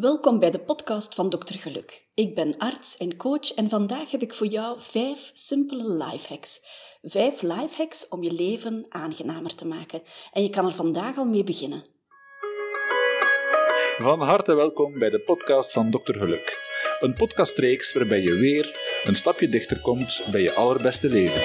Welkom bij de podcast van Dr. Geluk. Ik ben arts en coach en vandaag heb ik voor jou 5 simpele lifehacks. 5 lifehacks om je leven aangenamer te maken. En je kan er vandaag al mee beginnen. Van harte welkom bij de podcast van Dr. Geluk. Een podcastreeks waarbij je weer een stapje dichter komt bij je allerbeste leven.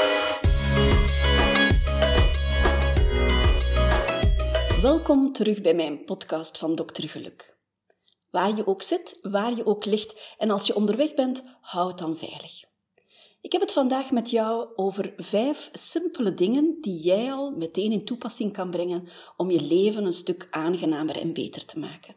Welkom terug bij mijn podcast van Dr. Geluk. Waar je ook zit, waar je ook ligt en als je onderweg bent, hou het dan veilig. Ik heb het vandaag met jou over 5 simpele dingen die jij al meteen in toepassing kan brengen om je leven een stuk aangenamer en beter te maken.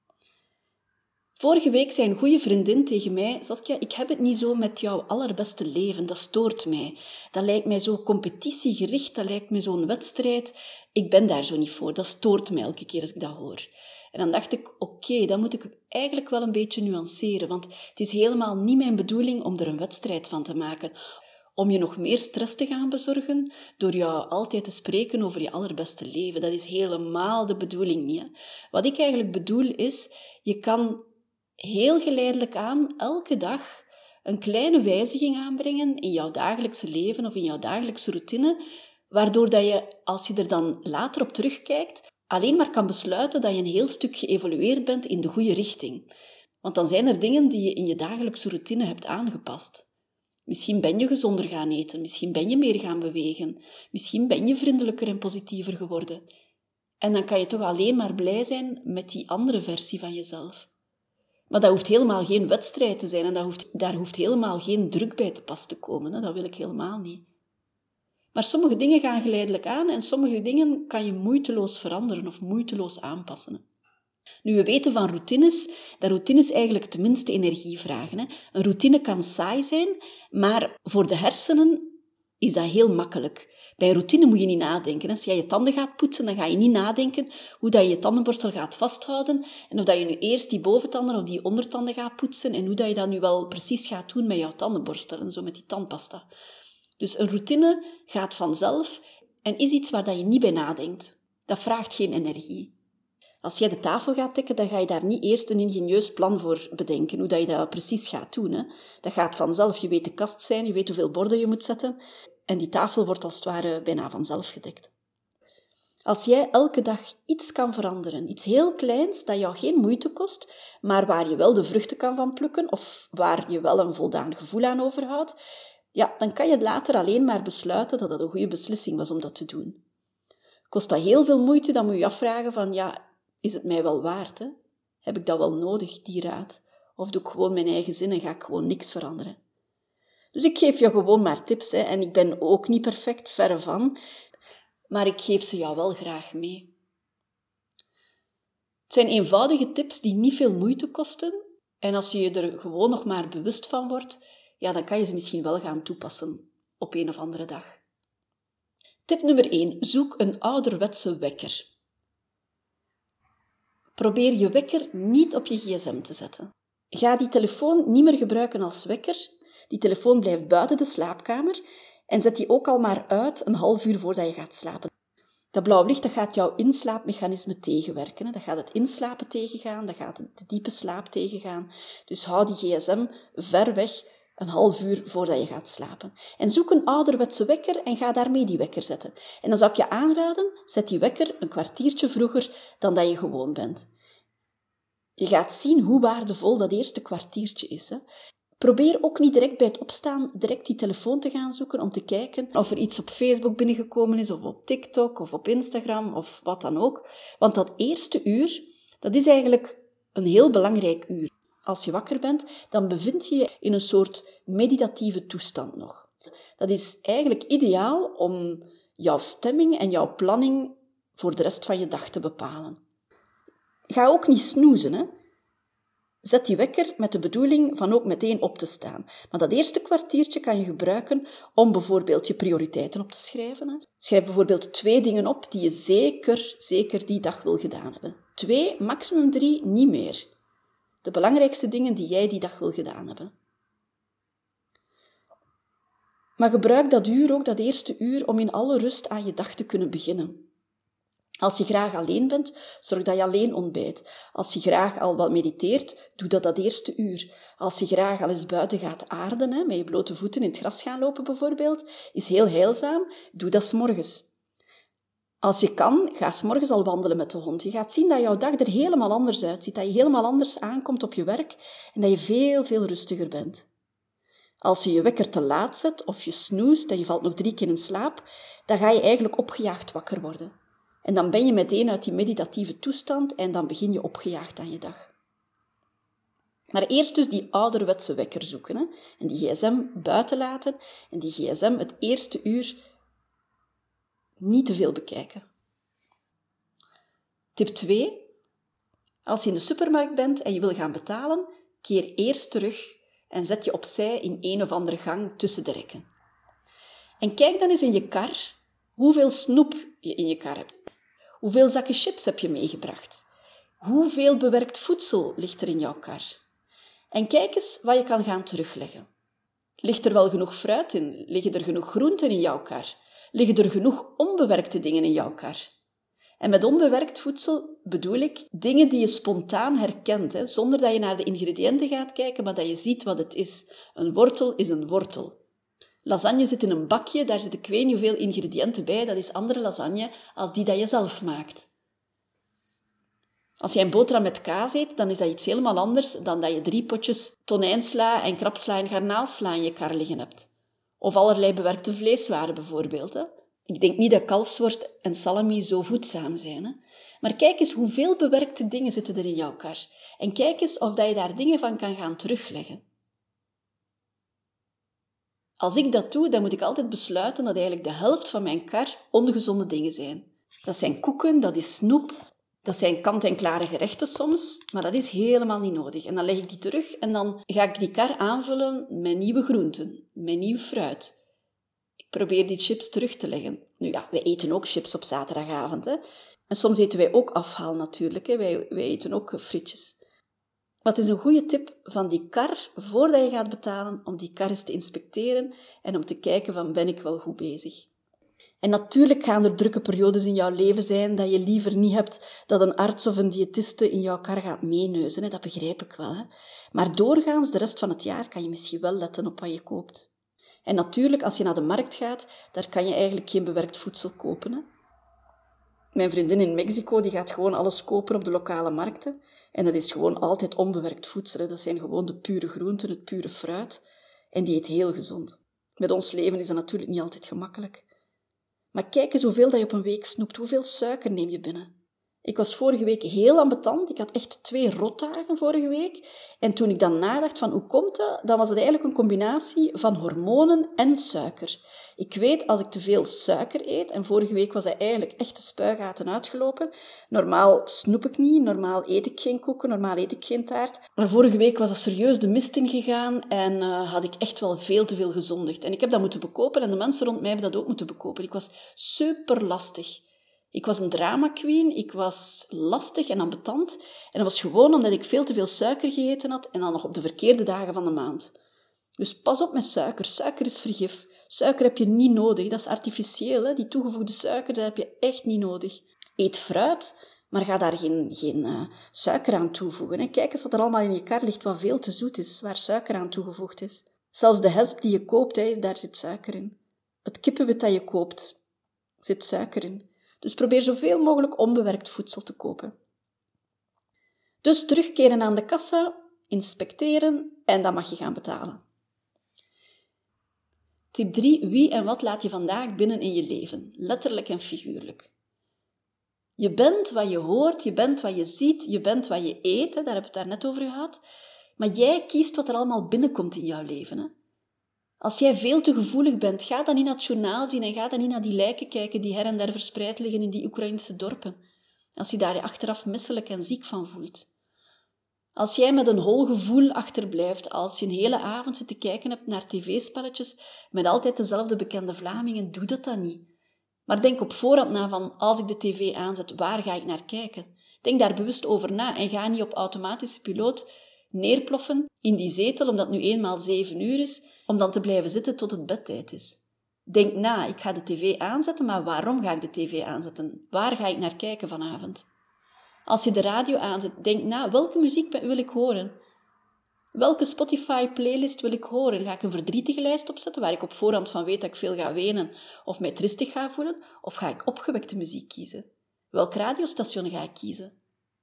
Vorige week zei een goede vriendin tegen mij: Saskia, ik heb het niet zo met jouw allerbeste leven, dat stoort mij. Dat lijkt mij zo competitiegericht, dat lijkt mij zo'n wedstrijd. Ik ben daar zo niet voor, dat stoort mij elke keer als ik dat hoor. En dan dacht ik, oké, dan moet ik eigenlijk wel een beetje nuanceren, want het is helemaal niet mijn bedoeling om er een wedstrijd van te maken. Om je nog meer stress te gaan bezorgen door jou altijd te spreken over je allerbeste leven. Dat is helemaal de bedoeling niet. Hè? Wat ik eigenlijk bedoel is, je kan heel geleidelijk aan elke dag een kleine wijziging aanbrengen in jouw dagelijkse leven of in jouw dagelijkse routine, waardoor dat je, als je er dan later op terugkijkt, alleen maar kan besluiten dat je een heel stuk geëvolueerd bent in de goede richting. Want dan zijn er dingen die je in je dagelijkse routine hebt aangepast. Misschien ben je gezonder gaan eten, misschien ben je meer gaan bewegen, misschien ben je vriendelijker en positiever geworden. En dan kan je toch alleen maar blij zijn met die andere versie van jezelf. Maar dat hoeft helemaal geen wedstrijd te zijn en daar hoeft helemaal geen druk bij te pas te komen. Hè? Dat wil ik helemaal niet. Maar sommige dingen gaan geleidelijk aan en sommige dingen kan je moeiteloos veranderen of moeiteloos aanpassen. Nu, we weten van routines dat routines eigenlijk tenminste energie vragen. Hè. Een routine kan saai zijn, maar voor de hersenen is dat heel makkelijk. Bij een routine moet je niet nadenken. Als jij je tanden gaat poetsen, dan ga je niet nadenken hoe dat je je tandenborstel gaat vasthouden en of dat je nu eerst die boventanden of die ondertanden gaat poetsen en hoe dat je dat nu wel precies gaat doen met jouw tandenborstel en zo met die tandpasta. Dus een routine gaat vanzelf en is iets waar je niet bij nadenkt. Dat vraagt geen energie. Als jij de tafel gaat dekken, dan ga je daar niet eerst een ingenieus plan voor bedenken, hoe dat je dat precies gaat doen. Hè. Dat gaat vanzelf. Je weet de kast zijn, je weet hoeveel borden je moet zetten en die tafel wordt als het ware bijna vanzelf gedekt. Als jij elke dag iets kan veranderen, iets heel kleins dat jou geen moeite kost, maar waar je wel de vruchten kan van plukken of waar je wel een voldaan gevoel aan overhoudt, ja, dan kan je later alleen maar besluiten dat het een goede beslissing was om dat te doen. Kost dat heel veel moeite, dan moet je je afvragen van, ja, is het mij wel waard? Hè? Heb ik dat wel nodig, die raad? Of doe ik gewoon mijn eigen zin en ga ik gewoon niks veranderen? Dus ik geef je gewoon maar tips, hè, en ik ben ook niet perfect, verre van, maar ik geef ze jou wel graag mee. Het zijn eenvoudige tips die niet veel moeite kosten en als je je er gewoon nog maar bewust van wordt, ja, dan kan je ze misschien wel gaan toepassen op een of andere dag. Tip nummer 1. Zoek een ouderwetse wekker. Probeer je wekker niet op je gsm te zetten. Ga die telefoon niet meer gebruiken als wekker. Die telefoon blijft buiten de slaapkamer en zet die ook al maar uit een half uur voordat je gaat slapen. Dat blauw licht dat gaat jouw inslaapmechanisme tegenwerken. Dat gaat het inslapen tegengaan, dat gaat de diepe slaap tegengaan. Dus hou die gsm ver weg een half uur voordat je gaat slapen. En zoek een ouderwetse wekker en ga daarmee die wekker zetten. En dan zou ik je aanraden, zet die wekker een kwartiertje vroeger dan dat je gewoon bent. Je gaat zien hoe waardevol dat eerste kwartiertje is. Hè. Probeer ook niet direct bij het opstaan direct die telefoon te gaan zoeken om te kijken of er iets op Facebook binnengekomen is of op TikTok of op Instagram of wat dan ook. Want dat eerste uur, dat is eigenlijk een heel belangrijk uur. Als je wakker bent, dan bevind je je in een soort meditatieve toestand nog. Dat is eigenlijk ideaal om jouw stemming en jouw planning voor de rest van je dag te bepalen. Ga ook niet snoezen, hè. Zet die wekker met de bedoeling van ook meteen op te staan. Maar dat eerste kwartiertje kan je gebruiken om bijvoorbeeld je prioriteiten op te schrijven. Hè. Schrijf bijvoorbeeld 2 dingen op die je zeker die dag wil gedaan hebben. 2, maximum 3, niet meer. De belangrijkste dingen die jij die dag wil gedaan hebben. Maar gebruik dat uur ook, dat eerste uur, om in alle rust aan je dag te kunnen beginnen. Als je graag alleen bent, zorg dat je alleen ontbijt. Als je graag al wat mediteert, doe dat eerste uur. Als je graag al eens buiten gaat aarden, met je blote voeten in het gras gaan lopen bijvoorbeeld, is heel heilzaam, doe dat 's morgens. Als je kan, ga 's morgens al wandelen met de hond. Je gaat zien dat jouw dag er helemaal anders uitziet, dat je helemaal anders aankomt op je werk en dat je veel, veel rustiger bent. Als je je wekker te laat zet of je snoest en je valt nog 3 keer in slaap, dan ga je eigenlijk opgejaagd wakker worden. En dan ben je meteen uit die meditatieve toestand en dan begin je opgejaagd aan je dag. Maar eerst dus die ouderwetse wekker zoeken, en die gsm buiten laten en die gsm het eerste uur niet te veel bekijken. Tip 2. Als je in de supermarkt bent en je wil gaan betalen, keer eerst terug en zet je opzij in een of andere gang tussen de rekken. En kijk dan eens in je kar hoeveel snoep je in je kar hebt. Hoeveel zakken chips heb je meegebracht? Hoeveel bewerkt voedsel ligt er in jouw kar? En kijk eens wat je kan gaan terugleggen. Ligt er wel genoeg fruit in? Liggen er genoeg groenten in jouw kar? Liggen er genoeg onbewerkte dingen in jouw kar? En met onbewerkt voedsel bedoel ik dingen die je spontaan herkent, zonder dat je naar de ingrediënten gaat kijken, maar dat je ziet wat het is. Een wortel is een wortel. Lasagne zit in een bakje, daar zitten ik weet niet hoeveel ingrediënten bij. Dat is andere lasagne als die dat je zelf maakt. Als jij een boterham met kaas eet, dan is dat iets helemaal anders dan dat je 3 potjes tonijnsla en krapsla en garnaalsla in je kar liggen hebt. Of allerlei bewerkte vleeswaren bijvoorbeeld. Ik denk niet dat kalfsworst en salami zo voedzaam zijn. Maar kijk eens hoeveel bewerkte dingen zitten er in jouw kar. En kijk eens of dat je daar dingen van kan gaan terugleggen. Als ik dat doe, dan moet ik altijd besluiten dat eigenlijk de helft van mijn kar ongezonde dingen zijn. Dat zijn koeken, dat is snoep, dat zijn kant-en-klare gerechten soms, maar dat is helemaal niet nodig. En dan leg ik die terug en dan ga ik die kar aanvullen met nieuwe groenten, met nieuw fruit. Ik probeer die chips terug te leggen. Nu ja, wij eten ook chips op zaterdagavond. En soms eten wij ook afhaal natuurlijk. Wij eten ook frietjes. Wat is een goede tip van die kar, voordat je gaat betalen, om die kar eens te inspecteren en om te kijken van, ben ik wel goed bezig? En natuurlijk gaan er drukke periodes in jouw leven zijn dat je liever niet hebt dat een arts of een diëtiste in jouw kar gaat meeneuzen. Dat begrijp ik wel. Maar doorgaans, de rest van het jaar, kan je misschien wel letten op wat je koopt. En natuurlijk, als je naar de markt gaat, daar kan je eigenlijk geen bewerkt voedsel kopen. Mijn vriendin in Mexico die gaat gewoon alles kopen op de lokale markten. En dat is gewoon altijd onbewerkt voedsel. Dat zijn gewoon de pure groenten, het pure fruit. En die eet heel gezond. Met ons leven is dat natuurlijk niet altijd gemakkelijk. Maar kijk eens hoeveel dat je op een week snoept. Hoeveel suiker neem je binnen? Ik was vorige week heel ambetant. Ik had echt 2 rotdagen vorige week. En toen ik dan nadacht van hoe komt dat, dan was het eigenlijk een combinatie van hormonen en suiker. Ik weet, als ik te veel suiker eet, en vorige week was dat eigenlijk echt de spuigaten uitgelopen. Normaal snoep ik niet, normaal eet ik geen koeken, normaal eet ik geen taart. Maar vorige week was dat serieus de mist ingegaan en had ik echt wel veel te veel gezondigd. En ik heb dat moeten bekopen en de mensen rond mij hebben dat ook moeten bekopen. Ik was super lastig. Ik was een drama queen, ik was lastig en ambetant. En dat was gewoon omdat ik veel te veel suiker gegeten had en dan nog op de verkeerde dagen van de maand. Dus pas op met suiker. Suiker is vergif. Suiker heb je niet nodig. Dat is artificieel. Die toegevoegde suiker, dat heb je echt niet nodig. Eet fruit, maar ga daar geen suiker aan toevoegen. Kijk eens wat er allemaal in je kar ligt wat veel te zoet is, waar suiker aan toegevoegd is. Zelfs de hesp die je koopt, daar zit suiker in. Het kippenwit dat je koopt, zit suiker in. Dus probeer zoveel mogelijk onbewerkt voedsel te kopen. Dus terugkeren aan de kassa, inspecteren en dan mag je gaan betalen. Tip 3. Wie en wat laat je vandaag binnen in je leven? Letterlijk en figuurlijk. Je bent wat je hoort, je bent wat je ziet, je bent wat je eet. Daar hebben we het daar net over gehad. Maar jij kiest wat er allemaal binnenkomt in jouw leven. Als jij veel te gevoelig bent, ga dan niet naar het journaal zien en ga dan niet naar die lijken kijken die her en der verspreid liggen in die Oekraïnse dorpen. Als je daar achteraf misselijk en ziek van voelt. Als jij met een hol gevoel achterblijft, als je een hele avond zit te kijken hebt naar tv-spelletjes met altijd dezelfde bekende Vlamingen, doe dat dan niet. Maar denk op voorhand na van, als ik de tv aanzet, waar ga ik naar kijken? Denk daar bewust over na en ga niet op automatische piloot neerploffen in die zetel, omdat het nu eenmaal 7 uur is, om dan te blijven zitten tot het bedtijd is. Denk na, ik ga de tv aanzetten, maar waarom ga ik de tv aanzetten? Waar ga ik naar kijken vanavond? Als je de radio aanzet, denk na, welke muziek wil ik horen? Welke Spotify-playlist wil ik horen? Ga ik een verdrietige lijst opzetten, waar ik op voorhand van weet dat ik veel ga wenen of mij tristig ga voelen? Of ga ik opgewekte muziek kiezen? Welk radiostation ga ik kiezen?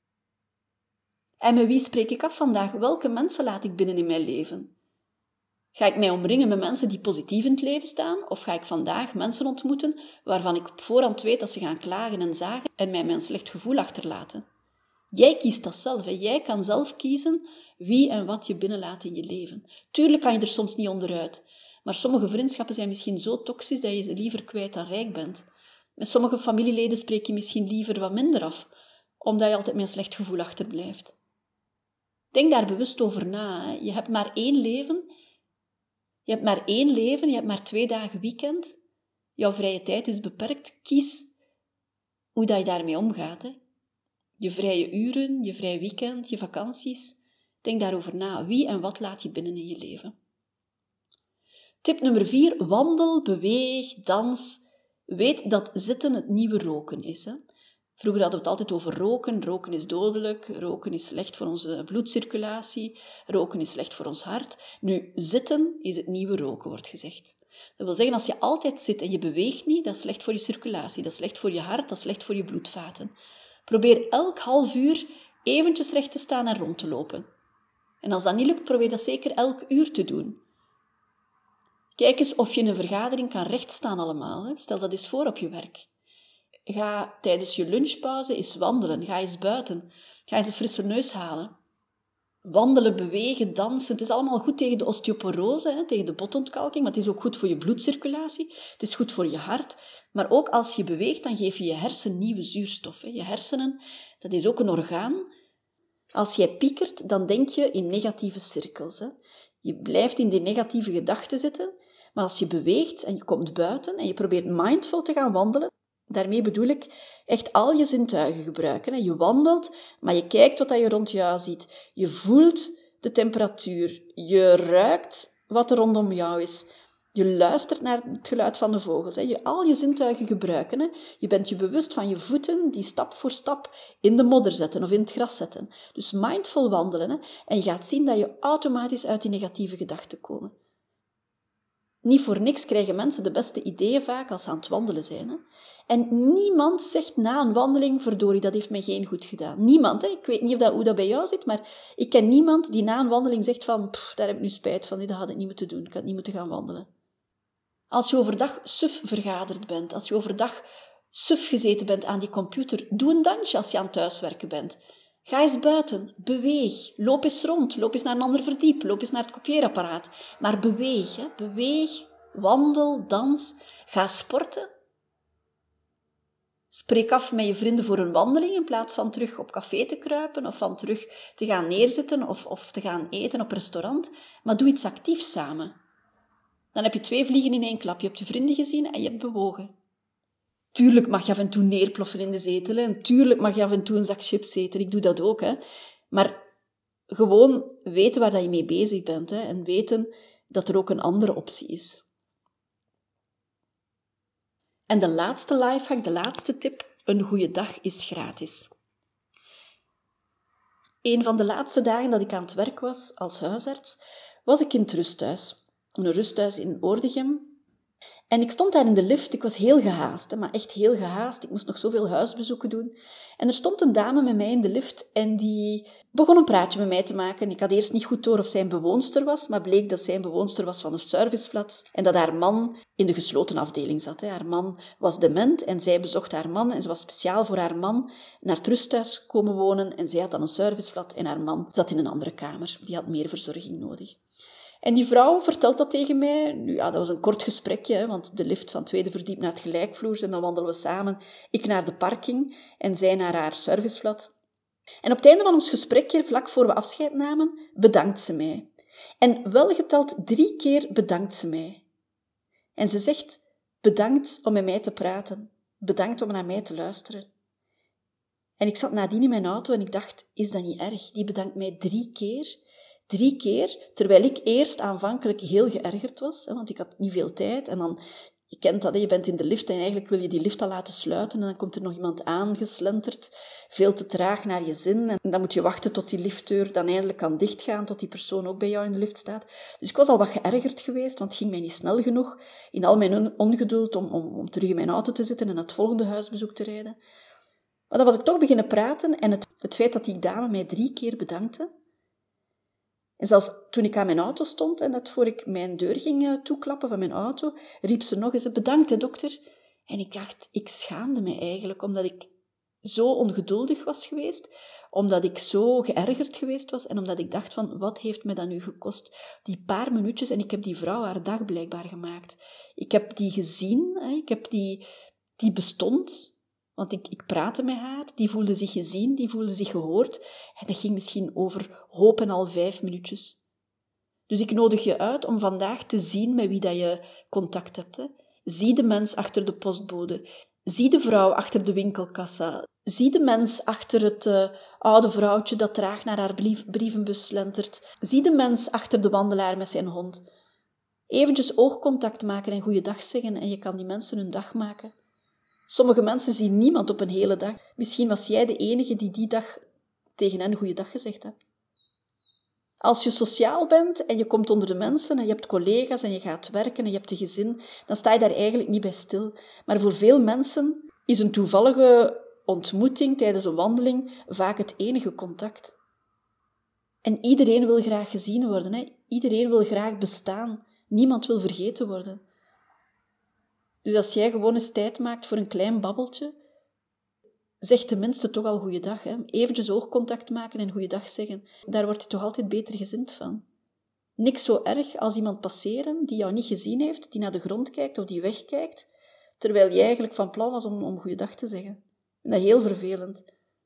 En met wie spreek ik af vandaag? Welke mensen laat ik binnen in mijn leven? Ga ik mij omringen met mensen die positief in het leven staan? Of ga ik vandaag mensen ontmoeten waarvan ik op voorhand weet dat ze gaan klagen en zagen en mij met een slecht gevoel achterlaten? Jij kiest dat zelf. Hè? Jij kan zelf kiezen wie en wat je binnenlaat in je leven. Tuurlijk kan je er soms niet onderuit. Maar sommige vriendschappen zijn misschien zo toxisch dat je ze liever kwijt dan rijk bent. Met sommige familieleden spreek je misschien liever wat minder af, omdat je altijd met een slecht gevoel achterblijft. Denk daar bewust over na. Hè? Je hebt maar één leven. Je hebt maar 2 dagen weekend. Jouw vrije tijd is beperkt. Kies hoe dat je daarmee omgaat. Hè? Je vrije uren, je vrije weekend, je vakanties. Denk daarover na. Wie en wat laat je binnen in je leven? Tip nummer 4. Wandel, beweeg, dans. Weet dat zitten het nieuwe roken is. Hè? Vroeger hadden we het altijd over roken. Roken is dodelijk. Roken is slecht voor onze bloedcirculatie. Roken is slecht voor ons hart. Nu, zitten is het nieuwe roken, wordt gezegd. Dat wil zeggen, als je altijd zit en je beweegt niet, dat is slecht voor je circulatie. Dat is slecht voor je hart, dat is slecht voor je bloedvaten. Probeer elk half uur eventjes recht te staan en rond te lopen. En als dat niet lukt, probeer dat zeker elk uur te doen. Kijk eens of je in een vergadering kan rechtstaan allemaal. Hè. Stel dat eens voor op je werk. Ga tijdens je lunchpauze eens wandelen. Ga eens buiten. Ga eens een frisse neus halen. Wandelen, bewegen, dansen. Het is allemaal goed tegen de osteoporose, hè, tegen de botontkalking, maar het is ook goed voor je bloedcirculatie. Het is goed voor je hart. Maar ook als je beweegt, dan geef je je hersenen nieuwe zuurstof. Hè. Je hersenen, dat is ook een orgaan. Als jij piekert, dan denk je in negatieve cirkels. Hè. Je blijft in die negatieve gedachten zitten. Maar als je beweegt en je komt buiten en je probeert mindful te gaan wandelen, daarmee bedoel ik echt al je zintuigen gebruiken. Je wandelt, maar je kijkt wat je rond jou ziet. Je voelt de temperatuur. Je ruikt wat er rondom jou is. Je luistert naar het geluid van de vogels. Je al je zintuigen gebruiken. Je bent je bewust van je voeten die stap voor stap in de modder zetten of in het gras zetten. Dus mindful wandelen. En je gaat zien dat je automatisch uit die negatieve gedachten komt. Niet voor niks krijgen mensen de beste ideeën vaak als ze aan het wandelen zijn. Hè? En niemand zegt na een wandeling, verdorie, dat heeft mij geen goed gedaan. Niemand. Hè? Ik weet niet hoe dat bij jou zit, maar ik ken niemand die na een wandeling zegt van, daar heb ik nu spijt van, dat had ik niet moeten doen. Ik had niet moeten gaan wandelen. Als je overdag suf vergaderd bent, als je overdag suf gezeten bent aan die computer, doe een dansje als je aan het thuiswerken bent. Ga eens buiten, beweeg, loop eens rond, loop eens naar een ander verdiep, loop eens naar het kopieerapparaat. Maar beweeg, hè? Beweeg, wandel, dans, ga sporten. Spreek af met je vrienden voor een wandeling in plaats van terug op café te kruipen of van terug te gaan neerzitten of te gaan eten op restaurant. Maar doe iets actiefs samen. Dan heb je 2 vliegen in 1 klap. Je hebt je vrienden gezien en je hebt bewogen. Tuurlijk mag je af en toe neerploffen in de zetel. En tuurlijk mag je af en toe een zak chips eten. Ik doe dat ook. Hè. Maar gewoon weten waar je mee bezig bent. Hè. En weten dat er ook een andere optie is. En de laatste lifehack, de laatste tip. Een goede dag is gratis. Een van de laatste dagen dat ik aan het werk was als huisarts, was ik in het rusthuis. Een rusthuis in Oordegem. En ik stond daar in de lift, ik was heel gehaast, maar echt heel gehaast. Ik moest nog zoveel huisbezoeken doen. En er stond een dame met mij in de lift en die begon een praatje met mij te maken. Ik had eerst niet goed door of zij een bewoonster was, maar bleek dat zij een bewoonster was van een serviceflat en dat haar man in de gesloten afdeling zat. Haar man was dement en zij bezocht haar man en ze was speciaal voor haar man naar het rusthuis komen wonen en zij had dan een serviceflat en haar man zat in een andere kamer. Die had meer verzorging nodig. En die vrouw vertelt dat tegen mij. Nu, ja, dat was een kort gesprekje, hè, want de lift van het 2e verdiep naar het gelijkvloers en dan wandelen we samen. Ik naar de parking en zij naar haar serviceflat. En op het einde van ons gesprekje, vlak voor we afscheid namen, bedankt ze mij. En welgeteld 3 keer bedankt ze mij. En ze zegt, bedankt om met mij te praten. Bedankt om naar mij te luisteren. En ik zat nadien in mijn auto en ik dacht, is dat niet erg? Die bedankt mij 3 keer. 3 keer, terwijl ik eerst aanvankelijk heel geërgerd was, want ik had niet veel tijd. En dan Je kent dat, hè? Je bent in de lift en eigenlijk wil je die lift al laten sluiten en dan komt er nog iemand aangeslenterd, veel te traag naar je zin. En dan moet je wachten tot die liftdeur dan eindelijk kan dichtgaan, tot die persoon ook bij jou in de lift staat. Dus ik was al wat geërgerd geweest, want het ging mij niet snel genoeg in al mijn ongeduld om terug in mijn auto te zitten en naar het volgende huisbezoek te rijden. Maar dan was ik toch beginnen praten en het feit dat die dame mij 3 keer bedankte. En zelfs toen ik aan mijn auto stond en net voor ik mijn deur ging toeklappen van mijn auto, riep ze nog eens, bedankt hè, dokter. En ik dacht, ik schaamde me eigenlijk, omdat ik zo ongeduldig was geweest, omdat ik zo geërgerd geweest was en omdat ik dacht van, wat heeft me dat nu gekost? Die paar minuutjes en ik heb die vrouw haar dag blijkbaar gemaakt. Ik heb die gezien, ik heb die bestond. Want ik praatte met haar, die voelde zich gezien, die voelde zich gehoord. En dat ging misschien over hoop en al 5 minuutjes. Dus ik nodig je uit om vandaag te zien met wie dat je contact hebt. Hè. Zie de mens achter de postbode. Zie de vrouw achter de winkelkassa. Zie de mens achter het oude vrouwtje dat traag naar haar brievenbus slentert. Zie de mens achter de wandelaar met zijn hond. Eventjes oogcontact maken en goeiedag zeggen en je kan die mensen hun dag maken. Sommige mensen zien niemand op een hele dag. Misschien was jij de enige die dag tegen hen goeiedag gezegd hebt. Als je sociaal bent en je komt onder de mensen en je hebt collega's en je gaat werken en je hebt een gezin, dan sta je daar eigenlijk niet bij stil. Maar voor veel mensen is een toevallige ontmoeting tijdens een wandeling vaak het enige contact. En iedereen wil graag gezien worden. Hè? Iedereen wil graag bestaan. Niemand wil vergeten worden. Dus als jij gewoon eens tijd maakt voor een klein babbeltje, zeg tenminste toch al goeiedag. Hè? Eventjes oogcontact maken en goeiedag zeggen. Daar word je toch altijd beter gezind van. Niks zo erg als iemand passeren die jou niet gezien heeft, die naar de grond kijkt of die wegkijkt, terwijl jij eigenlijk van plan was om goeiedag te zeggen. En dat is heel vervelend.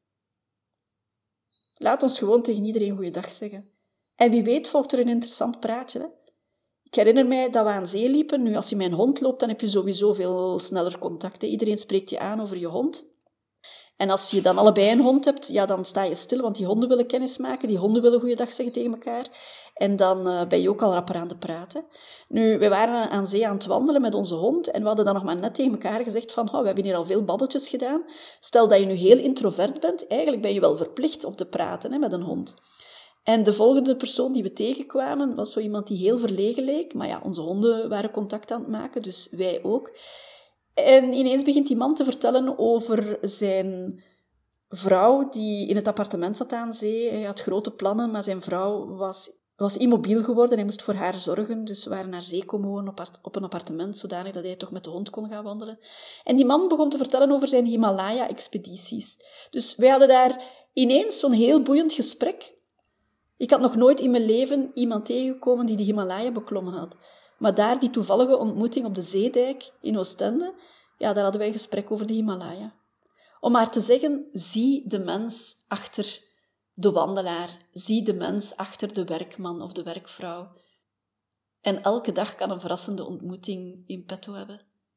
Laat ons gewoon tegen iedereen goeiedag zeggen. En wie weet volgt er een interessant praatje, hè? Ik herinner mij dat we aan zee liepen. Nu, als je met een hond loopt, dan heb je sowieso veel sneller contact. Hè. Iedereen spreekt je aan over je hond. En als je dan allebei een hond hebt, ja, dan sta je stil, want die honden willen kennis maken, die honden willen goeiedag zeggen tegen elkaar. En dan ben je ook al rapper aan het praten. Nu, wij waren aan zee aan het wandelen met onze hond en we hadden dan nog maar net tegen elkaar gezegd van, we hebben hier al veel babbeltjes gedaan. Stel dat je nu heel introvert bent, eigenlijk ben je wel verplicht om te praten met een hond. En de volgende persoon die we tegenkwamen was zo iemand die heel verlegen leek. Maar ja, onze honden waren contact aan het maken, dus wij ook. En ineens begint die man te vertellen over zijn vrouw die in het appartement zat aan zee. Hij had grote plannen, maar zijn vrouw was immobiel geworden. Hij moest voor haar zorgen, dus ze waren naar zee komen wonen op een appartement, zodanig dat hij toch met de hond kon gaan wandelen. En die man begon te vertellen over zijn Himalaya-expedities. Dus wij hadden daar ineens zo'n heel boeiend gesprek. Ik had nog nooit in mijn leven iemand tegengekomen die de Himalaya beklommen had. Maar daar, die toevallige ontmoeting op de Zeedijk in Oostende, ja, daar hadden wij een gesprek over de Himalaya. Om maar te zeggen, zie de mens achter de wandelaar. Zie de mens achter de werkman of de werkvrouw. En elke dag kan een verrassende ontmoeting in petto hebben.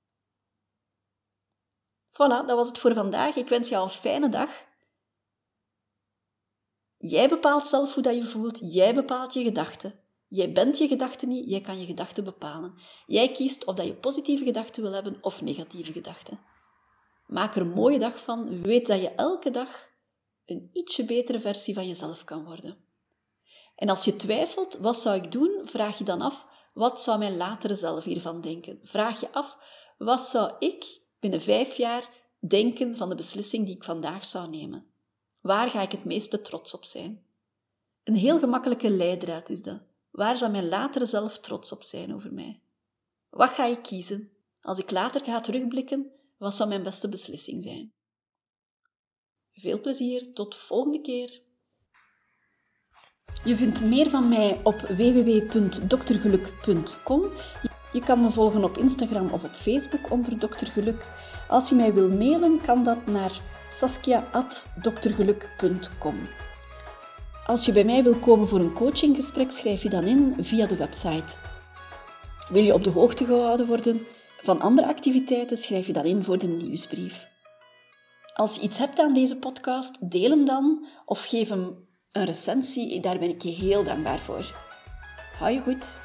Voilà, dat was het voor vandaag. Ik wens jou een fijne dag. Jij bepaalt zelf hoe dat je voelt. Jij bepaalt je gedachten. Jij bent je gedachten niet, jij kan je gedachten bepalen. Jij kiest of dat je positieve gedachten wil hebben of negatieve gedachten. Maak er een mooie dag van. Weet dat je elke dag een ietsje betere versie van jezelf kan worden. En als je twijfelt, wat zou ik doen? Vraag je dan af, wat zou mijn latere zelf hiervan denken? Vraag je af, wat zou ik binnen 5 jaar denken van de beslissing die ik vandaag zou nemen? Waar ga ik het meeste trots op zijn? Een heel gemakkelijke leidraad is dat. Waar zou mijn latere zelf trots op zijn over mij? Wat ga ik kiezen? Als ik later ga terugblikken, wat zou mijn beste beslissing zijn? Veel plezier, tot volgende keer. Je vindt meer van mij op www.drgeluk.com. Je kan me volgen op Instagram of op Facebook onder Dr. Geluk. Als je mij wil mailen, kan dat naar saskia@drgeluk.com. Als je bij mij wil komen voor een coachinggesprek, schrijf je dan in via de website. Wil je op de hoogte gehouden worden van andere activiteiten, schrijf je dan in voor de nieuwsbrief. Als je iets hebt aan deze podcast, deel hem dan of geef hem een recensie. Daar ben ik je heel dankbaar voor. Hou je goed.